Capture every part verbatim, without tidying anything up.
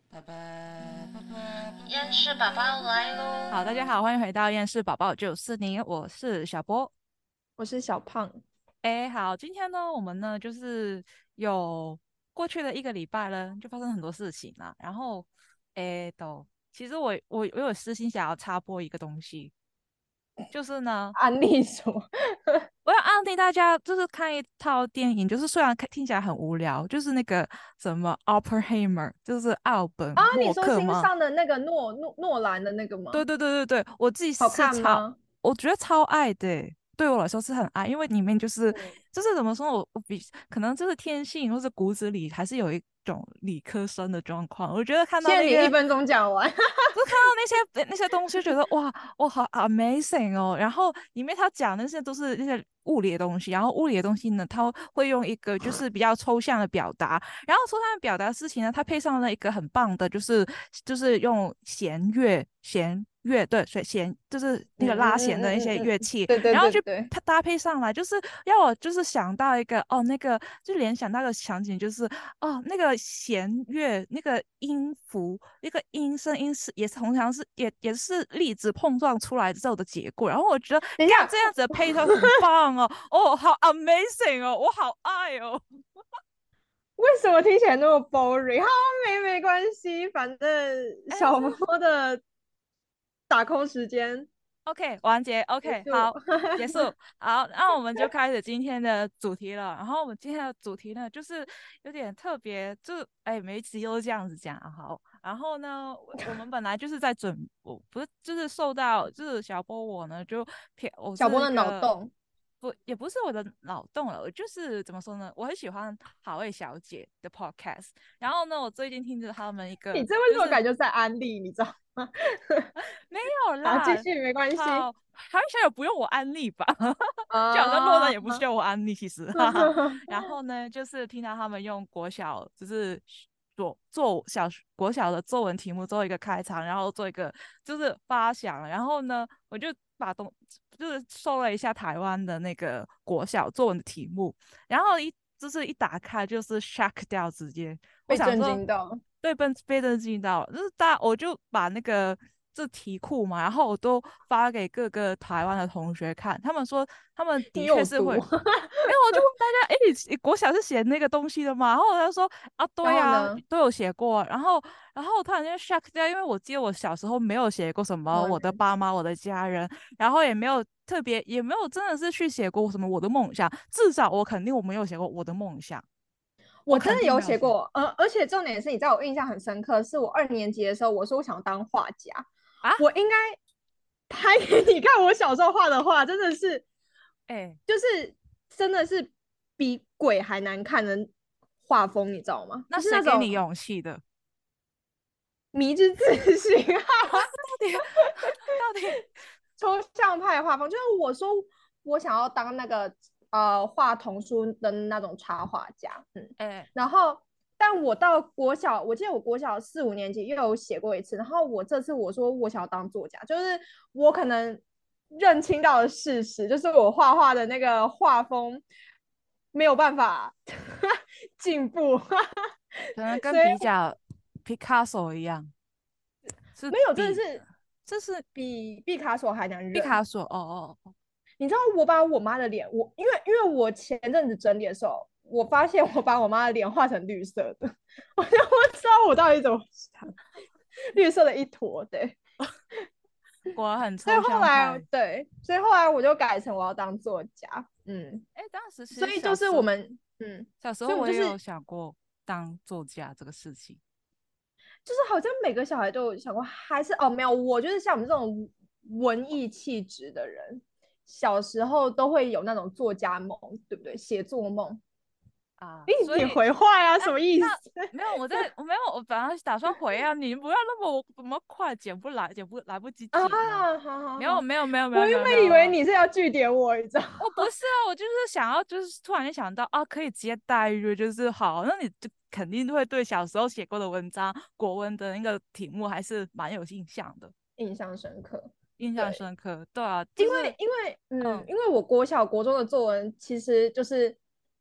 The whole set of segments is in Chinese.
爸爸，厌世宝宝来喽！好，大家好，欢迎回到厌世宝宝就是你，我是小波。 我是小胖。 哎，好，今天呢，我们呢就是有过去的一个礼拜呢，就发生很多事情啦。然后，哎，都，其实我我我有私心想要插播一个东西，就是呢， 安利说我要安利大家，就是看一套电影，就是虽然看听起来很无聊，就是那个什么《Oppenheimer》，就是奥本啊，你默说新克吗？ 上的那个诺诺诺兰的那个吗？ 对对对对对，我自己好是超， 看吗？ 我觉得超爱的欸，对我来说是很爱，因为里面就是嗯， 就是怎么说，我我比可能就是天性或者骨子里还是有一种理科生的状况，我觉得看到现在那个你一分钟讲完。 就看到那些那些东西，觉得哇，哇好 amazing 哦。然后里面他讲的那些都是那些物理的东西，然后物理的东西呢，他会用一个就是比较抽象的表达，然后抽象的表达事情呢，他配上了一个很棒的，就是就是用弦乐弦。乐对，所以弦就是那个嗯嗯拉弦的那嗯嗯嗯嗯， 些乐器， 对对然后就对对。 它搭配上来，就是要我就是想到一个哦，那个就联想到的场景，就是哦，那个弦乐那个音符，那个音声音是也是通常是也也是粒子碰撞出来之后的结果。然后我觉得等一下， 干这样子的配套很棒哦，哦，好 amazing 哦，我好爱哦。 为什么听起来那么 boring？好，没没关系，反正哎， 小这波的打空时间 OK 完结结 OK 束。 好结束好，那我们就开始今天的主题了。然后我们今天的主题呢，就是有点特别，就哎每一集都这样子讲啊好。然后呢，我我们本来就是在准，我不是就是受到就是小波我呢就偏我小波的脑是一个洞， 不也不是我的脑洞了，我就是怎么说呢，我很喜欢好味小姐的 podcast。然后呢，我最近听着他们一个你这为就是什么感觉在安利？你知道吗？ 没有好，继啦， 续，没关系。 好，还想有不用我安利吧？就好像洛啊。 人也不需要我安利，其实，哈哈。然后呢，就是听到他们用国小，就是做做小国小的作文题目做一个开场，然后做一个就是发想，然后呢，我就把东就是搜了一下台湾的那个国小作文的题目，然后一就是一打开就是 shock 掉，直接我被震想说。 惊到。 对，被被震惊到了，就是大，我就把那个这题库嘛，然后我都发给各个台湾的同学看，他们说他们的你有毒。 确是会，没有，我就问大家，哎，你你国小是写那个东西的吗？然后他说啊，对呀、 然后呢？ 都有写过。然后，然后突然间 shock 掉，因为我记得我小时候没有写过什么我的嗯， 爸妈、我的家人，然后也没有特别，也没有真的是去写过什么我的梦想，至少我肯定我没有写过我的梦想，我肯我真的有定没有写写过，呃，而且重点是，你知道我印象很深刻，是我二年级的时候，我说我想当画家， 啊， 我应该拍给你看我小时候画的画，真的是， 哎。 就是真的是比鬼还难看的画风，你知道吗？ 那就是那种谁给你勇气的？ 迷之自信啊， 到底到底， 抽象派的画风，就是我说我想要当那个呃画童书的那种插画家，嗯， 哎， 然后但我到国小，我记得我国小四五年级又有写过一次，然后我这次我说我想要当作家，就是我可能认清到的事实，就是我画画的那个画风没有办法进步， 可能跟所以比较 Picasso 一样，是没有，真的比， 是这是比毕卡索还难认。 毕卡索。哦哦哦， 你知道我把我妈的脸，我因为因为我前阵子整理的时候，我发现我把我妈的脸画成绿色的，我就不知道我到底怎么想，绿色的一坨，对。 果然很所以抽后来象派。 对，所以后来我就改成我要当作家，嗯， 哎，当时其实所以就是小时候， 我们，嗯， 小时所以候我也有我们就是想过当作家这个事情。 就是好像每个小孩都有想过，还是哦没有，我就是像我们这种文艺气质的人，小时候都会有那种作家梦，对不对？写作梦。 啊， 诶，你所以， 回话呀、啊哎， 什么意那思？ 没有，我在我没有，我本来打算回啊，你不要那么那么快，剪不来，剪不来不及啊， 剪呢。 好好没有， 好， 没有，没有，没有，没有，没我原本以为有。 你是要据点我，你知道吗？ 我不是啊，我就是想要，就是突然间想到啊，可以直接带入，就是好，那你就肯定会对小时候写过的文章、国文的那个题目还是蛮有印象的， 印象深刻。 印象对， 深刻。对啊， 因就是为因为嗯， 嗯因为我国小国中的作文其实就是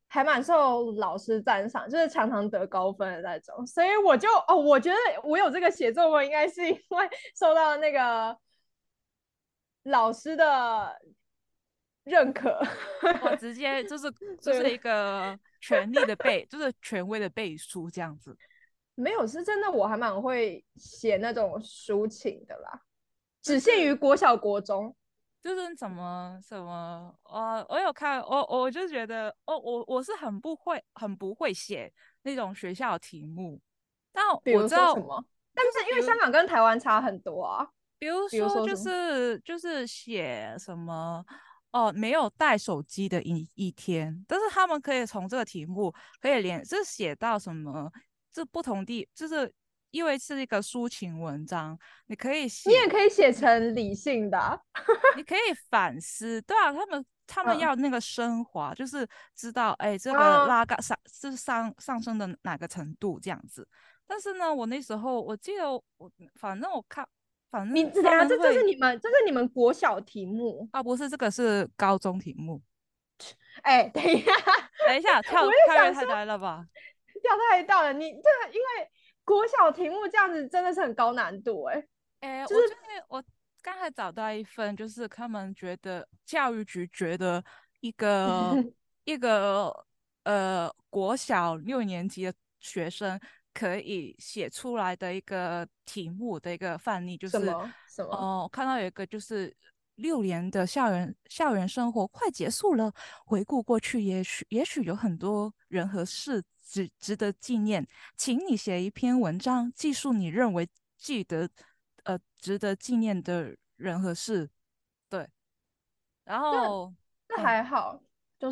还蛮受老师赞赏，就是常常得高分的那种。所以我就哦，我觉得我有这个写作文，应该是因为受到那个老师的认可。 我直接就是就是一对， 个权力的背，就是权威的背书这样子。 没有是真的，我还蛮会写那种抒情的啦，只限于就是国小国中。 就是怎么什么，呃，我有看，我我就觉得，哦，我我是很不会，很不会写那种学校题目，但比如我知道， 说什么？但就是比如是因为香港跟台湾差很多啊。 比如比如说，就说什么？ 是就是写什么哦，没有带手机的一一天，但是他们可以从这个题目可以连，就是写到什么，这不同地，就是因为是一个抒情文章，你可以写， 你也可以写你成理性的啊。 你可以反思，对啊，他们他们嗯要那个升华，就是知道，哎，这个啊， 拉杠上是上上升的哪个程度这样子。但是呢，我那时候我记得我反正我看，反正他你等下，这这是们会你们这是你们国小题目。 啊，不是这个是高中题目。 哎，等一下， 等一下， 我跳也想说跳跃太大了吧？ 掉太大了。你这个因为国小题目这样子真的是很高难度哎、 哎， 就是我最近我刚才找到一份，就是他们觉得教育局觉得一个一个呃国小六年级的学生可以写出来的一个题目的一个范例，就是什么什么。 哦、呃看到有一个就是六年的校园校园生活快结束了，回顾过去，也许也许有很多人和事值值得纪念，请你写一篇文章，记述你认为记得呃值得纪念的人和事。对，然后这嗯， 还好，就是，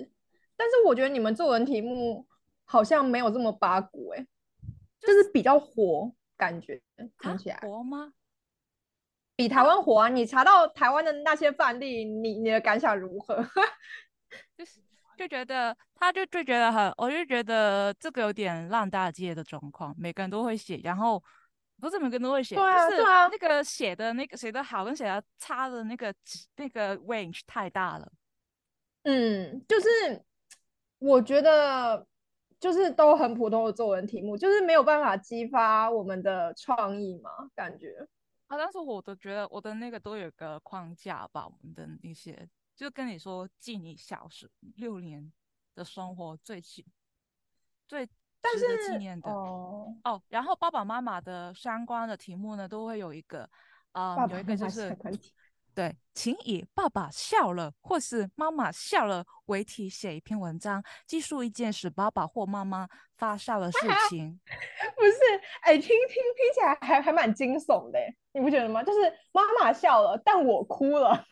但是我觉得你们作文题目好像没有这么八股哎、就是比较活，感觉听啊起来活吗？ 比台他湾活啊。你查到台湾的那些范例，你你的感想如何？ 就是就觉得他就就觉得很，我就觉得这个有点烂大街的状况，每个人都会写，然后不是每个人都会写，就对啊，对是啊。 那个写的那个写的好跟写的差的那个那个 range 太大了。 嗯，就是我觉得就是都很普通的作文题目，就是没有办法激发我们的创意嘛，感觉。 啊，但是我都觉得我的那个都有个框架吧，我们的那些就跟你说，记你小时六年的生活最记最值得纪念的哦， 哦。然后爸爸妈妈的相关的题目呢，都会有一个，嗯，有一个爸爸妈妈就是相关题。 对，请以“爸爸笑了”或是“妈妈笑了”为题写一篇文章，记述一件使爸爸或妈妈发笑的事情。 不是，哎，听听听起来还还蛮惊悚的，你不觉得吗？就是妈妈笑了，但我哭了。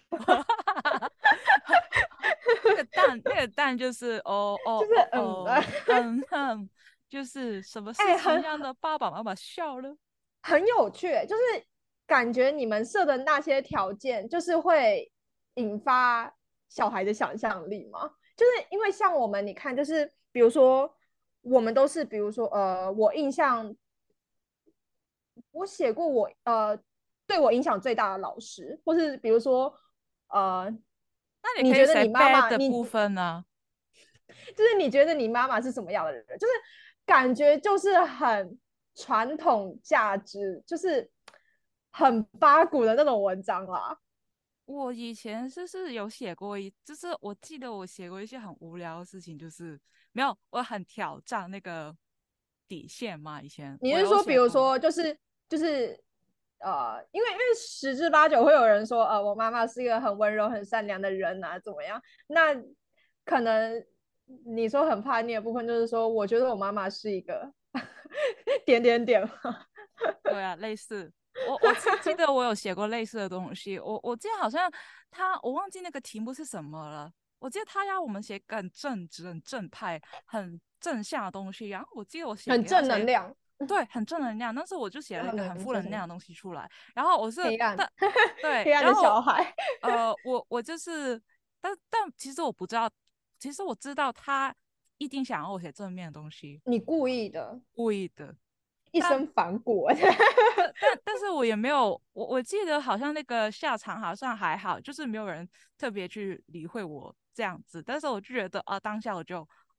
那个蛋，那个蛋就是哦哦就是哦嗯， 哦，嗯哼，就是什么事哎， 情很让的爸爸妈妈笑了？ 很有趣，就是感觉你们设的那些条件，就是会引发小孩的想象力嘛。就是因为像我们，你看，就是比如说，我们都是，比如说，呃，我印象，我写过我呃对我影响最大的老师，或是比如说，呃， 那你可以写你觉得你妈 bad 妈，你的部分呢、 就是你觉得你妈妈是什么样的人？就是感觉就是很传统价值，就是很八股的那种文章啦。 我以前就是有写过一，就是我记得我写过一些很无聊的事情，就是没有，我很挑战那个底线嘛。以前我你是说，比有写过， 如说，就是就是呃，因为因为十之八九会有人说，呃，我妈妈是一个很温柔、很善良的人啊，怎么样？那可能你说很叛逆的部分，就是说，我觉得我妈妈是一个点点点。 对啊，类似。我我记记得我有写过类似的东西，我我记得好像他我忘记那个题目是什么了。我记得他要我们写很正直、很正派、很正向的东西，然后我记得我写很正能给他写， 量。 对，很正能量，但是我就写了一正个很能是什么？ 负能量的东西出来，然后我是黑暗。 但对， 黑暗的然后小孩。 呃，我我就是，但但其实我不知道，其实我知道他一定想要我写正面的东西， 你故意的， 故意的。但一身反骨。 但但但是我也没有，我我记得好像那个下场好像还好，就是没有人特别去理会我这样子。但是我就觉得啊，当下我就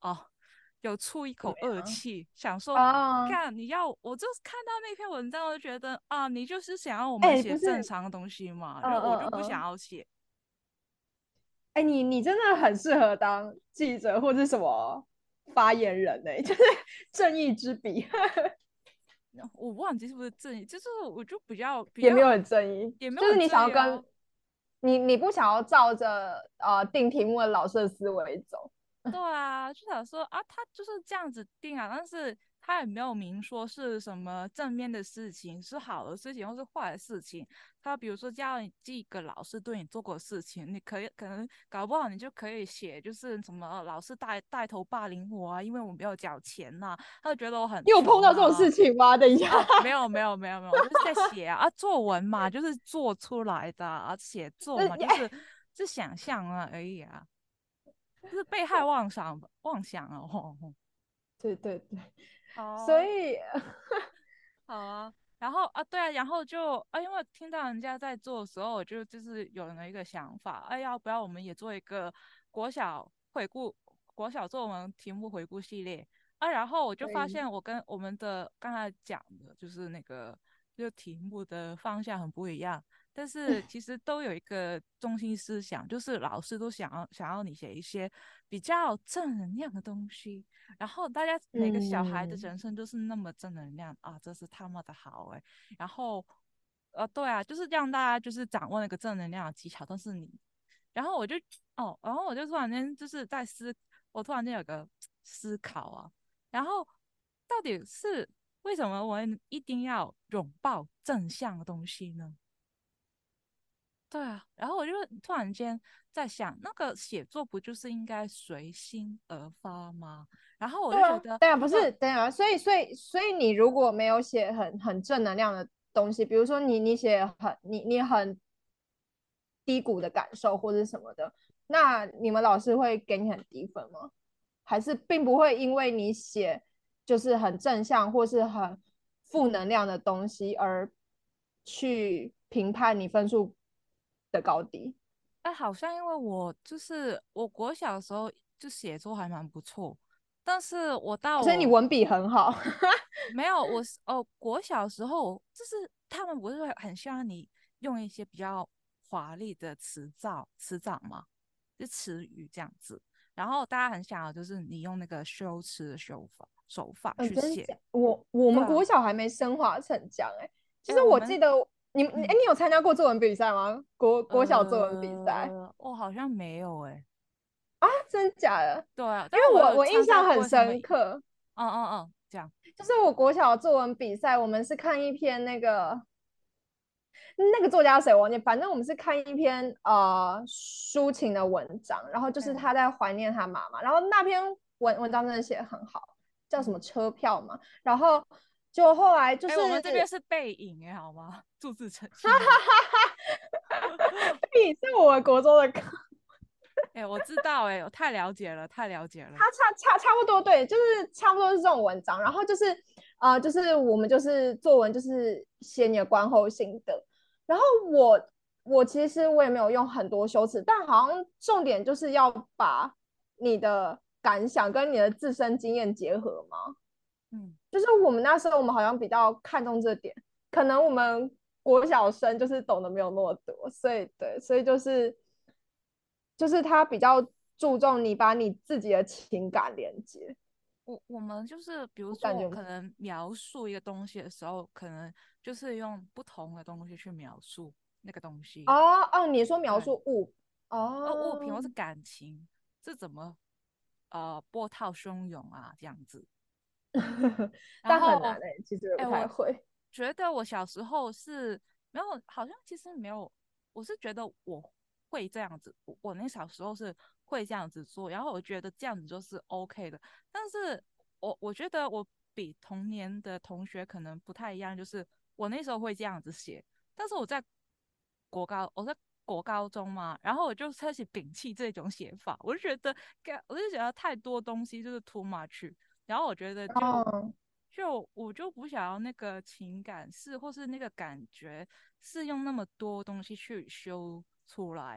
哦，有出一口恶气，想说， 啊？ 看你要，我就是看到那篇文章，我就觉得啊，你就是想要我们哎， 写不是， 正常的东西嘛， 嗯就我就不想嗯嗯， 要写。 哎，你你真的很适合当记者或者什么发言人呢、就是正义之笔。 我忘记是不是正义，就是我就比较比较也没有很正义， 也没有很就是你想要跟正义啊。 你你不想要照着呃定题目的老师的思维走。 对啊，就想说啊，他就是这样子定啊，但是他也没有明说是什么正面的事情，是好的事情，或是坏的事情。他比如说叫你记一个老师对你做过的事情，你可以可能搞不好你就可以写，就是什么老师带带头霸凌我啊，因为我没有缴钱呐、他就觉得我很你有碰到这种穷啊。 事情吗？等一下。 啊，没有没有没有没有，我就是在写啊，啊作文嘛，就是做出来的啊，写作呃， 嘛，就是哎， 是想象啊而已啊。就是被害妄想妄想啊。吼吼。 对对对， 好啊。 所以好啊。然后啊，对啊，然后就啊，因为听到人家在做的时候，我就就是有了一个想法，哎，要不要我们也做一个国小回顾、国小作文题目回顾系列啊？然后我就所以发现，我跟我们的刚才讲的，就是那个就题目的方向很不一样，但是其实都有一个中心思想，就是老师都想要想要你写一些比较正能量的东西。然后大家每个小孩的嗯人生都是那么正能量啊，这是他妈的好哎。然后呃，对啊，就是让大家就是掌握那个正能量的技巧，都是你。然后我就哦，然后我就突然间就是在思，我突然间有个思考啊，然后到底是为什么我们一定要拥抱正向的东西呢？对啊，然后我就突然间在想，那个写作不就是应该随心而发吗？然后我对啊， 就觉得， 对啊，不如果是，等一下，所以所以所以你如果没有写很很正能量的东西，比如说你你写很你你很低谷的感受或者什么的，那你们老师会给你很低分吗？还是并不会因为你写就是很正向或是很负能量的东西而去评判你分数的高低？ 哎，好像因为我就是我国小的时候就写作还蛮不错，但是我到所以你我文笔很好。 没有我是哦国小的时候，就是他们不是会很希望你用一些比较华丽的词藻词藻嘛，就词语这样子，然后大家很想要就是你用那个修辞的手法手法嗯， 去写。 真假？我我们国对啊。 小还没升华成这样哎、欸其哎， 实我们我记得你哎、欸嗯你有参加过作文比赛吗？国国小作文比赛呃，我好像没有哎。 啊？真假的？ 对啊， 因为但是我有我我印参加象很过什么。 深刻， 嗯嗯嗯，这样。 就是我国小作文比赛，我们是看一篇那个那个作家谁我忘记，反正我们是看一篇呃抒情的文章，然后就是嗯他在怀念他妈妈，然后那篇文文章真的写得很好，叫什么嗯。 车票嘛，然后就后来就哎、 是我们这边是背影哎，好吗？祝自澄清哦。 你是我国中的课， 哎、我知道哎、我太了解了，太了解了。 他差差差不多，对，就是差不多是这种文章。然后就是呃，就是我们就是作文就是写你的观后心得。然后我我其实我也没有用很多修辞，但好像重点就是要把你的感想跟你的自身经验结合嘛。 嗯。 就是我们那时候我们好像比较看重这点，可能我们国小生就是懂得没有那么多，所以对，所以就是就是他比较注重你把你自己的情感连接， 我我们就是比如我感觉说我可能描述一个东西的时候，可能就是用不同的东西去描述那个东西。 哦哦，你说描对。 述物而物品或哦， 是感情是怎么呃波涛汹涌啊这样子。然后， 但很难哎、欸其实也不哎，我太会。 觉得我小时候是没有，好像其实没有，我是觉得我会这样子，我我那小时候是会这样子做，然后我觉得这样子就是 OK 的。但是我我觉得我比同年的同学可能不太一样，就是我那时候会这样子写，但是我在国高，我在国高中嘛，然后我就开始摒弃这种写法，我就觉得，我就觉得太多东西就是 too much。然后我觉得就哦， 就我就不想要那个情感是或是那个感觉是用那么多东西去修出来。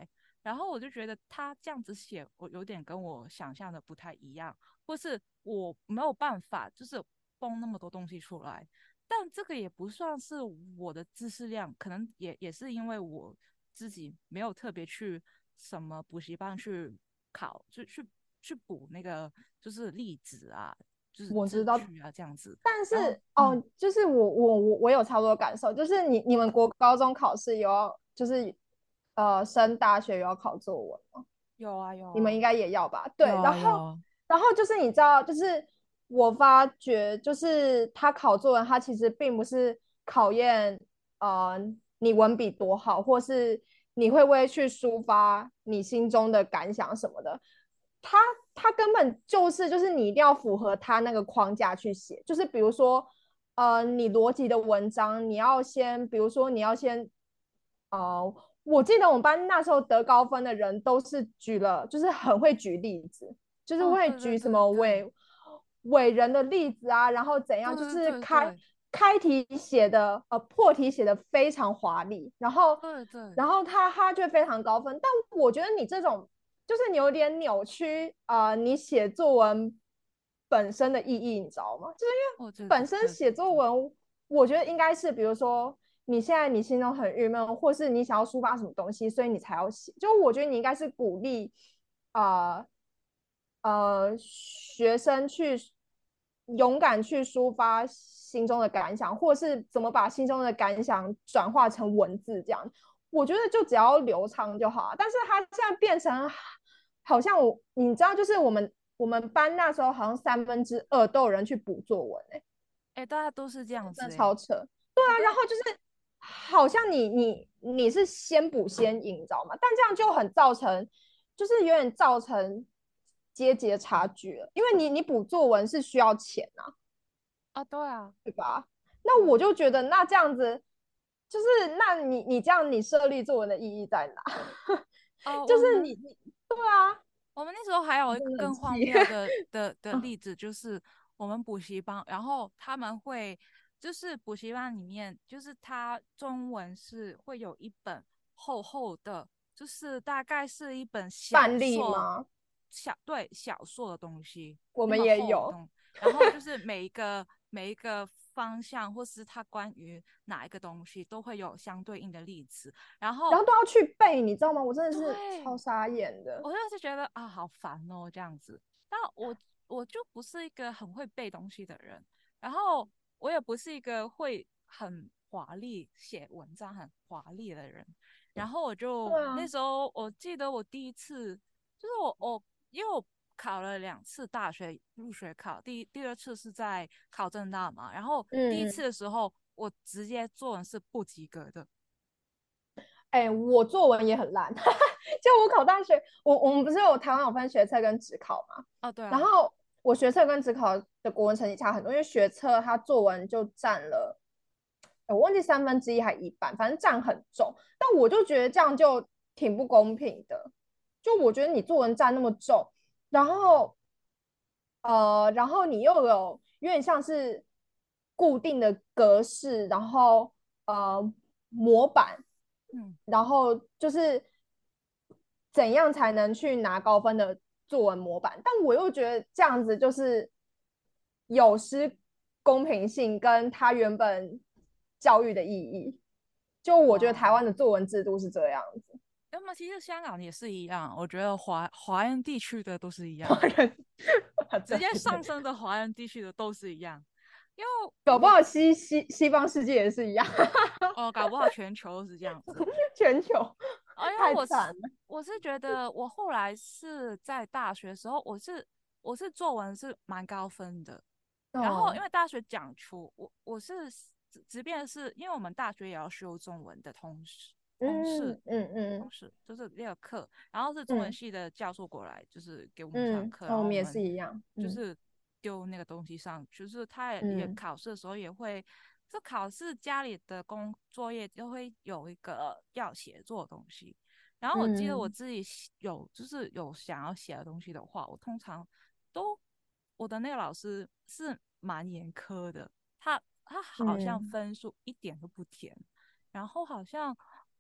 然后我就觉得他这样子写，我有点跟我想象的不太一样，或是我没有办法就是蹦那么多东西出来。但这个也不算是我的知识量，可能也也是因为我自己没有特别去什么补习班去考，去去去补那个就是例子啊，就是我知道， 字句啊这样子。 但然后是嗯， 哦，就是我我我我有差不多感受，就是你你们国高中考试有要就是呃升大学有要考作文吗？ 有啊有啊你们应该也要吧？ 有对，然后啊有啊， 然后就是你知道，就是我发觉，就是他考作文，他其实并不是考验呃你文笔多好，或是你会不会去抒发你心中的感想什么的。他他根本就是就是你一定要符合他那个框架去写，就是比如说呃你逻辑的文章，你要先比如说你要先呃我记得我们班那时候得高分的人都是举了，就是很会举例子，就是哦， 会对对举什么对对伟伟人的例子啊，然后怎样，就对是开对对开题写的呃破题写的非常华丽，然后对对， 然后他他就非常高分。但我觉得你这种就是你有点扭曲啊、呃你写作文本身的意义，你知道吗？就是因为哦对对本身写对对对， 作文，我觉得应该是比如说。你现在你心中很郁闷，或是你想要抒发什么东西，所以你才要写。就我觉得你应该是鼓励，呃呃，学生去勇敢去抒发心中的感想，或是怎么把心中的感想转化成文字，这样我觉得就只要流畅就好啊。但是他现在变成好像我，你知道，就是我们我们班那时候好像三分之二都有人去补作文、欸， 哎，大家都是这样真的子哎， 超扯。对啊， 我跟然后就是好像你你你是先补先赢，你知道吗？但这样就很造成，就是有点造成阶级的差距了，因为你你补作文是需要钱啊， 啊对啊对吧？ 对啊， 那我就觉得那这样子，就是那你你这样你设立作文的意义在哪？ 哦就是你我们你对啊， 我们那时候还有一个我真的很更荒气。 谬的的的例子，就是我们补习班，然后他们会就是补习班里面，就是他中文是会有一本厚厚的，就是大概是一本小范例说吗？ 小对小说的东西， 我们那么也有， 厚的东西，然后就是每一个每一个方向，或是它关于哪一个东西，都会有相对应的例子，然后然后都要去背，你知道吗？我真的是超对。 傻眼的。 我就是觉得啊，好烦哦，这样子。但我我就不是一个很会背东西的人，然后我也不是一个会很华丽写文章很华丽的人。然后我就对啊， 那时候我记得我第一次就是我我因为我考了两次大学入学考，第第二次是在考政大嘛，然后第一次嗯嗯。 的时候我直接作文是不及格的。 哎、欸我作文也很烂，就我考大学，我我们不是有台湾有分学测跟职考嘛？ 哦，对啊， 然后我学测跟职考的国文成绩差很多，因为学测它作文就占了，我忘记三分之一还一半，反正占很重。但我就觉得这样就挺不公平的，就我觉得你作文占那么重，然后呃，然后你又有有点像是固定的格式，然后呃模板， 嗯。 然后就是怎样才能去拿高分的作文模板，但我又觉得这样子就是有失公平性跟他原本教育的意义。就我觉得台哇， 湾的作文制度是这样子， 那么其实香港也是一样，我觉得华华人地区的都是一样， 华人直接对对对， 上升的华人地区的都是一样。因为搞不我好西西西方世界也是一样， 哦，搞不好全球都是这样子。 全球哦，因为太我是惨了。 我是觉得我后来是在大学的时候，我是我是作文是蛮高分的，然后因嗯为大学讲出我我是即即便是因为我们大学也要修中文的同时同事嗯嗯嗯同事就是那个课，然后是中文嗯系的教授过来，就是给我们上嗯， 课， 那我们也是然后我们一样，嗯就是丢那个东西上，就是他也也嗯考试的时候也会，这考试家里的工作业就会有一个要写作的东西。然后我记得我嗯自己有就是有想要写的东西的话，我通常都我的那个老师是蛮严苛的，他他好像嗯分数一点都不甜，然后好像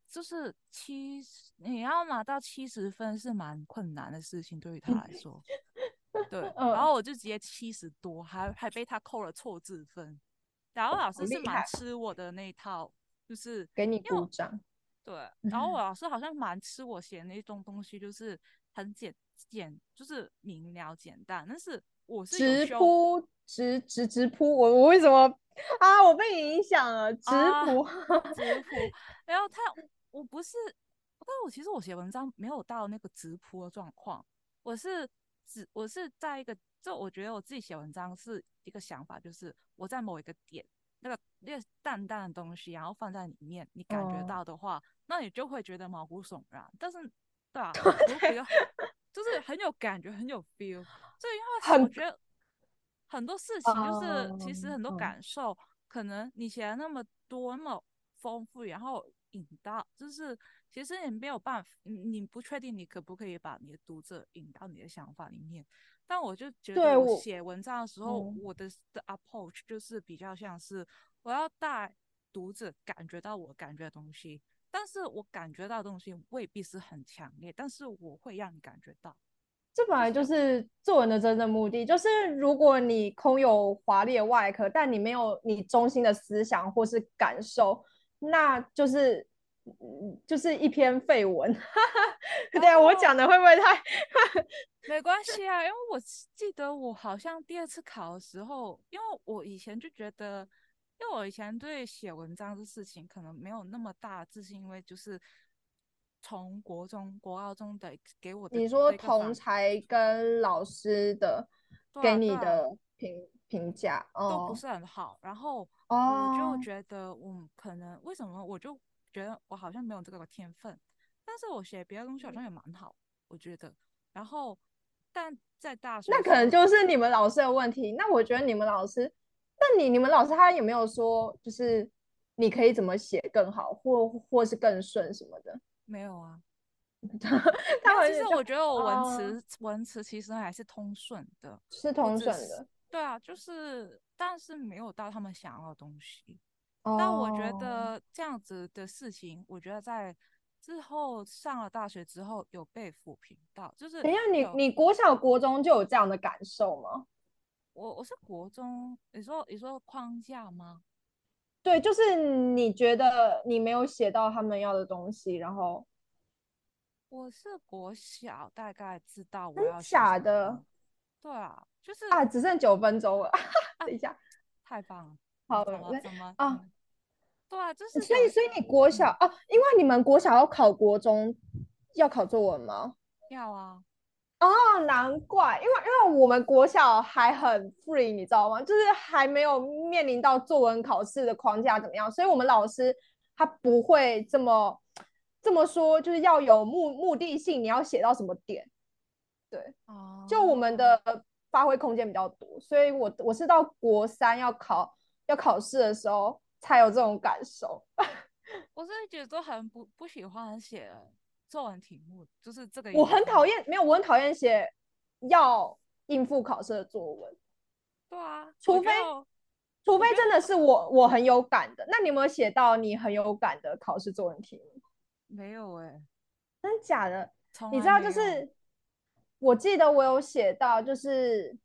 就是七十，你要拿到七十分是蛮困难的事情，对于他来说。对，然嗯， 后我就直接七十多，还还被他扣了错字分。然后老师是蛮好厉害， 吃我的那一套，就是给你因为鼓掌。 对，然后我老师好像蛮吃我写的那种东西，就是很简简，就是明了简单。但是我是有直修扑直直直扑，我我为什么啊？我被你影响了，直啊扑。 直谱，然后他我不是，但我其实我写文章没有到那个直谱的状况，我是只我是在一个，就我觉得我自己写文章是一个想法，就是我在某一个点，那个那个淡淡的东西，然后放在里面，你感觉嗯， 到的话，那你就会觉得毛骨悚然。但是，对啊，我比较就是很有感觉，很有 feel。这因为我很觉得很多事情就是其实很多嗯嗯， 感受，可能你写了那么多那么丰富，然后引到就是其实你没有办法，你你不确定你可不可以把你的读者引到你的想法里面。但我就觉得我对我写文章的时候， 嗯。 我的的 approach 就是比较像是我要带读者感觉到我感觉的东西，但是我感觉到的东西未必是很强烈，但是我会让你感觉到， 这本来就是有就是作文的真正目的，就是如果你空有华丽的外壳，但你没有你中心的思想或是感受，那就是嗯就是一篇废文。对啊，我哦， 讲的会不会太没关系啊，因为我记得我好像第二次考的时候，因为我以前就觉得，因为我以前对写文章的事情可能没有那么大的自信，因为就是从国中、国高中的给我的你说的一个反， 同才跟老师的给对啊，对啊， 你的评评价？哦都不是很好，然后我就哦， 觉得，我可能为什么我就觉得我好像没有这个天分，但是我写别的东西好像也蛮好，我觉得，然后但在大学那可能的时候。 就是你们老师的问题。那我觉得你们老师，那你你们老师他有没有说，就是你可以怎么写更好，或或是更顺什么的？ 没有啊，没有。其实他会就我觉得我文哦， 词文词其实还是通顺的， 是我只是通顺的对啊，就是但是没有到他们想要的东西。但我觉哦。 得这样子的事情，我觉得在之后上了大学之后有被抚平到，就是等一下，你有你国小国中就有这样的感受吗？ 我我是国中，你说你说框架吗？ 对，就是你觉得你没有写到他们要的东西，然后我是国小大概知道真我要写什假的么，对啊，就是啊，只剩九分钟了。 啊， 等一下， 太棒了，怎好， 怎么来怎么怎啊， 么？对啊，就是所以， 有一， 所以你国小嗯， 哦，因为你们国小要考国中，要考作文吗？ 要啊， 哦，难怪，因为因为我们国小还很 free，你知道吗？就是还没有面临到作文考试的框架怎么样，所以我们老师他不会这么这么说，就是要有目目的性，你要写到什么点。对，就我们哦， 的发挥空间比较多，所以我我是到国三要考要考试的时候才有这种感受。 我真的觉得很不不喜欢写作文题目，就是这个我原因。 很讨厌，没有，我很讨厌写要应付考试的作文。 对啊，我除非觉得， 除非我觉得真的是我我很有感的。那你有没有写到你很有感的考试作文题目？ 没有诶， 真的假的？ 从来你知道， 没有。 就是我记得我有写到，就是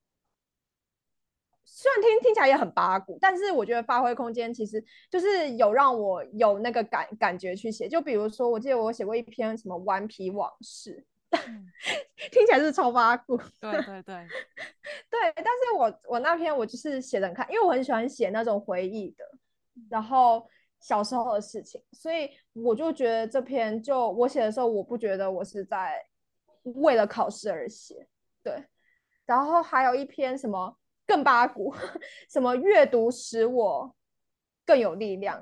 虽然听听起来也很八股，但是我觉得发挥空间其实就是有让我有那个感感觉去写。就比如说，我记得我写过一篇什么顽皮往事， 嗯， 听起来是超八股。 对对对， 对，但是我我那篇我就是写的看，因为我很喜欢写那种回忆的，然后小时候的事情，所以我就觉得这篇就我写的时候，我不觉得我是在为了考试而写，对。然后还有一篇什么更八股，什么阅读使我更有力量，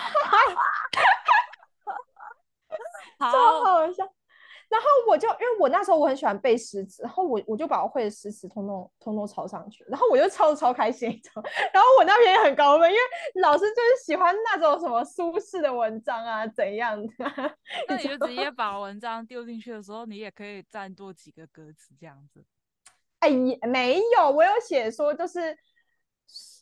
超好， 好笑。然后我就因为我那时候我很喜欢背诗词，然后我我就把我会的诗词通通通通抄上去，然后我就抄超开心，然后我那边也很高分，因为老师就是喜欢那种什么苏轼的文章啊怎样的啊，你那你知道吗？ 就直接把文章丢进去的时候，你也可以占多几个歌词这样子。 哎，也没有，我有写说就是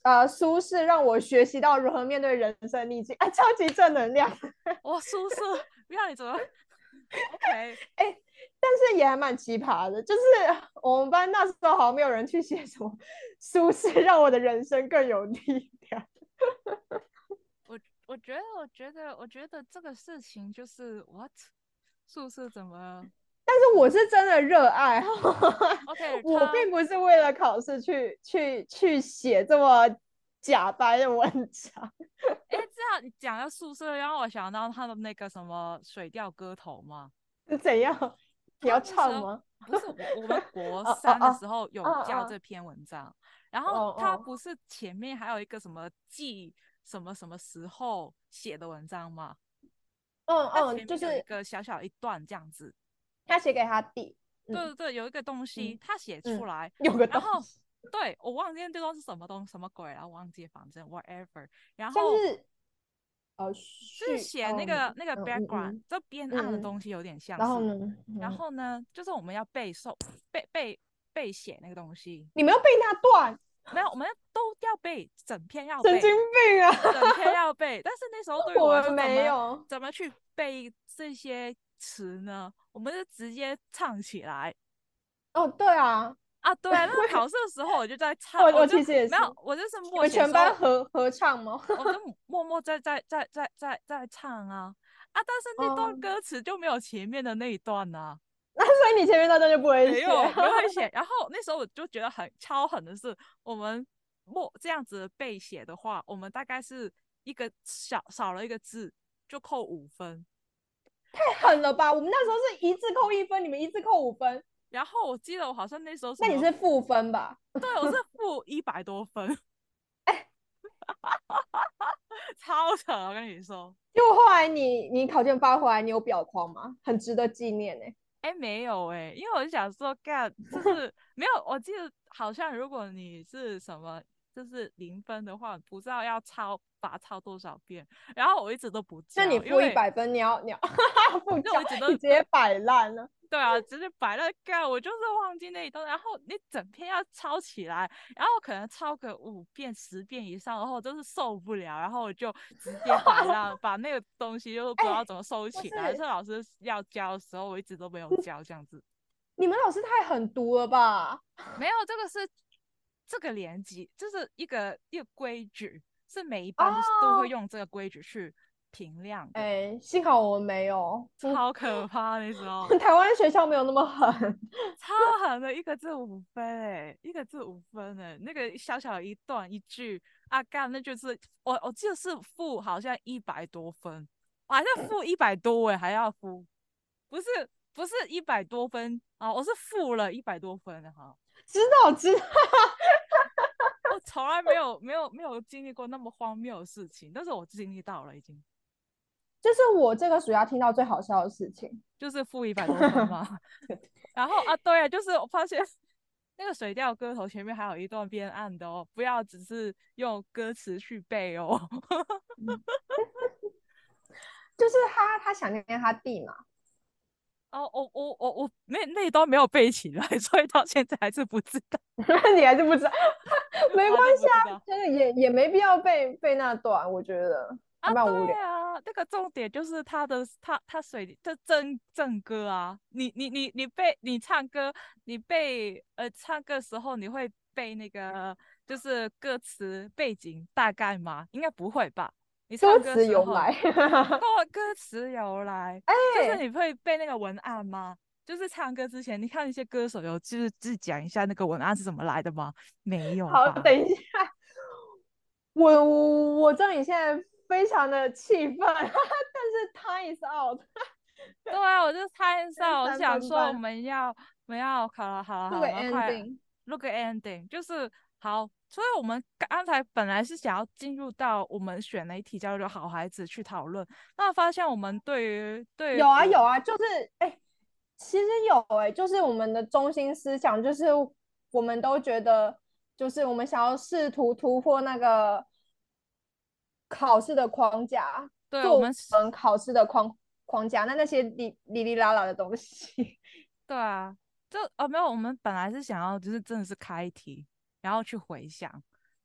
呃舒适让我学习到如何面对人生逆境，哎，超级正能量。 我宿舍让你怎么？OK， 哎，但是也还蛮奇葩的，就是我们班那时候好像没有人去写什么舒适让我的人生更有力量。 我我觉得我觉得我觉得这个事情就是 what 宿舍怎么但是我怎么是真的热爱， OK 我他并不是为了考试去去去写这么假白的文章。 哎，这样你讲到宿舍，让我想到他的那个什么水调歌头嘛。 是怎样？你要他那时候唱吗？ 不是我，我们国哦哦三的哦时候有教哦这篇文章，然哦后他哦不是前面还有一个什么记什么什么时候写的文章吗？ 嗯嗯， 他前就是面有一个小小一段这样子。 他写给他弟。嗯对对对，有一个东西嗯他写出嗯， 来， 有个然后东西对我忘记那东西是什么东什么鬼了，我忘记，反正 whatever，然后像是呃就是序写那哦个那个嗯嗯 background， 嗯这编案的嗯嗯， 东西有点像是， 然后呢？嗯， 然后呢，就是我们要背诵背背背写那个东西， 你们要背那段， 没有，我们都要背，整篇要神经背， 病啊！ 整篇要背。但是那时候对于我来说， 我们怎么没有。 怎么去背这些词呢？我们就直接唱起来哦，对啊， 啊！对啊，那个考试的时候我就在唱，我就我我其实也没有， 是。 我就是你们全默写的时候， 班合合唱吗？ 我就默默在在在在在在唱啊啊！但是那段哦， 歌词就没有前面的那一段啊。 那所以你前面那段就不会写。 没有没会写。然后那时候我就觉得很超狠的是，我们默这样子背写的话，我们大概是一个少少了一个字就扣五分。 太狠了吧！我们那时候是一字扣一分，你们一字扣五分， 然后我记得我好像那时候什那你么， 是负分吧？ 对我是负一百多分，超扯！我跟你说， 结果后来你你考卷发回来，你有表框吗？很值得纪念呢、欸。 哎，没有哎，因为我就想说，干就是没有。我记得好像如果你是什么，就是零分的话，不知道要抄罚抄多少遍。然后我一直都不交，因那你负一为百分，你要你要不交， 就我一直都你直接摆烂了。 对啊，直接摆了干，我就是忘记那一段，然后你整篇要抄起来，然后可能抄个五遍、十遍以上，然后就是受不了，然后我就直接摆烂，把那个东西就不知道哎、 怎么收起来。 不是， 这老师要交的时候，我一直都没有交，这样子。 你们老师太狠毒了吧？ 没有，这个是这个年级，就是一个一个规矩，是每一班都是都会哦， 用这个规矩去评量的， 哎、幸好我们没有。我超可怕那时候。 台湾学校没有那么狠。 超狠的，一个字五分哎，一个字五分哎，那个小小一段一句啊干，那就是我我记得是负好像一百多分，我还是负一百多哎，还要负，不是不是一百多分啊，我是负了一百多分哈， 知道知道。 我从来没有没有没有经历过那么荒谬的事情，但是我经历到了已经， 就是我这个暑假听到最好笑的事情。 就是负一百多分嘛，然后啊对啊，就是我发现。那个水调歌头前面还有一段编案的哦，不要只是用歌词去背哦。 就是他他想念他弟嘛。 哦，我我我我那那一段没有背起来，所以到现在还是不知道， 你还是不知道。没我还是关系啊， 不知道真的也也没必要背背那段，我觉得还啊。对蛮无聊。 啊，那个重点就是他的他他水这正正歌啊，你你你你背你唱歌，你背呃唱歌的时候你会背那个就是歌词背景大概吗？应该不会吧？你歌唱歌时候。 词由来。 歌歌词由来，就是哎、 你会背那个文案吗？就是唱歌之前，你看一些歌手有就是自己讲一下那个文案是怎么来的吗？没有好，等吧？ 一下，我我知道你现在非常的气愤，但是 time is out。 对啊，我就猜一下，我三想说我分半， 们要我们要好了好了好了， 做个我们快 ending。 录个 ending，就是好。所以我们刚才本来是想要进入到我们选了一题叫做“好孩子”去讨论，那发现我们对于对于有啊有国啊，就是哎、其实有哎、就是我们的中心思想，就是我们都觉得，就是我们想要试图突破那个考试的框架，做对我们成考试的框框架，那那些哩哩哩啦啦的东西。 对啊，就哦没有，我们本来是想要就是真的是开题，然后去回想，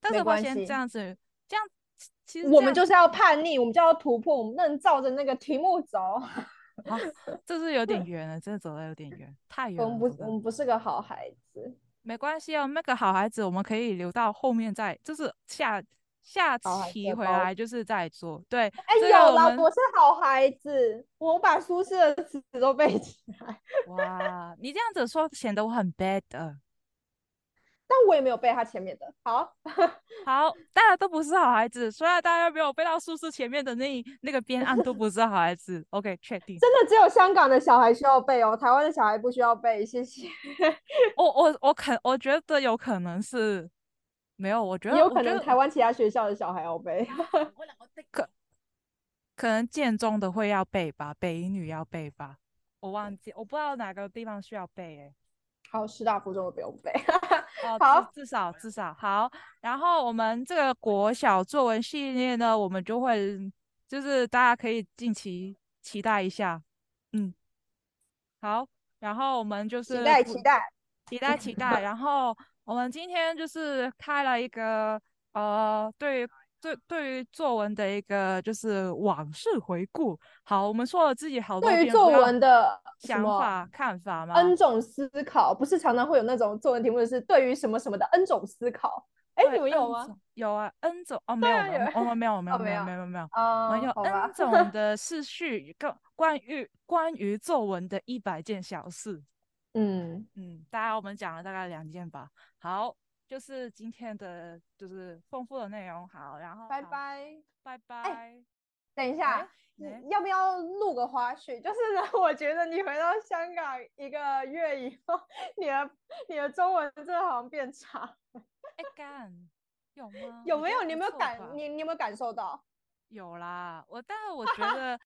但是没发现这关系， 样子，这样其实这样我们就是要叛逆，我们就要突破，我们不能照着那个题目走。 好，这是有点远了，真的走的有点远，太远了， 我们不， 走的。 我们不是个好孩子。 没关系哦，那个好孩子我们可以留到后面再，就是下下好孩子期的包回来就是再做。对， 哎， 这个有啦， 我们我是好孩子，我把苏轼的词都背起来， 哇，你这样子说显得我很 bad 的。 但我也没有背他前面的。好， 好，大家都不是好孩子，所以大家没有背到宿舍前面的那一那个边岸都不是好孩子。OK，确定。 真的只有香港的小孩需要背哦，台湾的小孩不需要背，谢谢。 我我我可我觉得有可能是没有，我觉也有得我觉得可能台湾其他学校的小孩要背。 可可能建中的会要背吧，北一女要背吧，我忘记我不知道哪个地方需要背诶、 好，师大附中的不用背。 哦，至好， 至少至少好。然后我们这个国小作文系列呢，我们就会就是大家可以近期期待一下。嗯，好。然后我们就期是不待期待。 期待期待。然后我们今天就是开了一个呃，对于对对于作文的一个就是往事回顾。好，我们说了自己好多遍，不对于作要文的什么想法看法吗？ N 种思考，不是常常会有那种作文题目是对于什么什么的 N 种思考？哎， 对你们有 ，N 吗？ 种有啊，N 种哦，没有对啊， 没有，我有。 们没有没有哦， 没有没有。 没有没有，我们嗯， 有好 N 吧。 种的思绪，跟关于关于作文的一百件小事。 嗯， 嗯，大概我们讲了大概两件吧。好，就是今天的就是丰富的内容。好，然后拜好， 拜。 拜哎， 拜。 等一喂， 下， 哎， 你要不要录个花絮？就是呢，我觉得你回到香港一个月以后，你的你的中文真的好像变差， 哎干，有吗？ 有没有？你有我觉得不没有感？ 错吧。 你你有没有感受到？ 有啦，我但是我觉得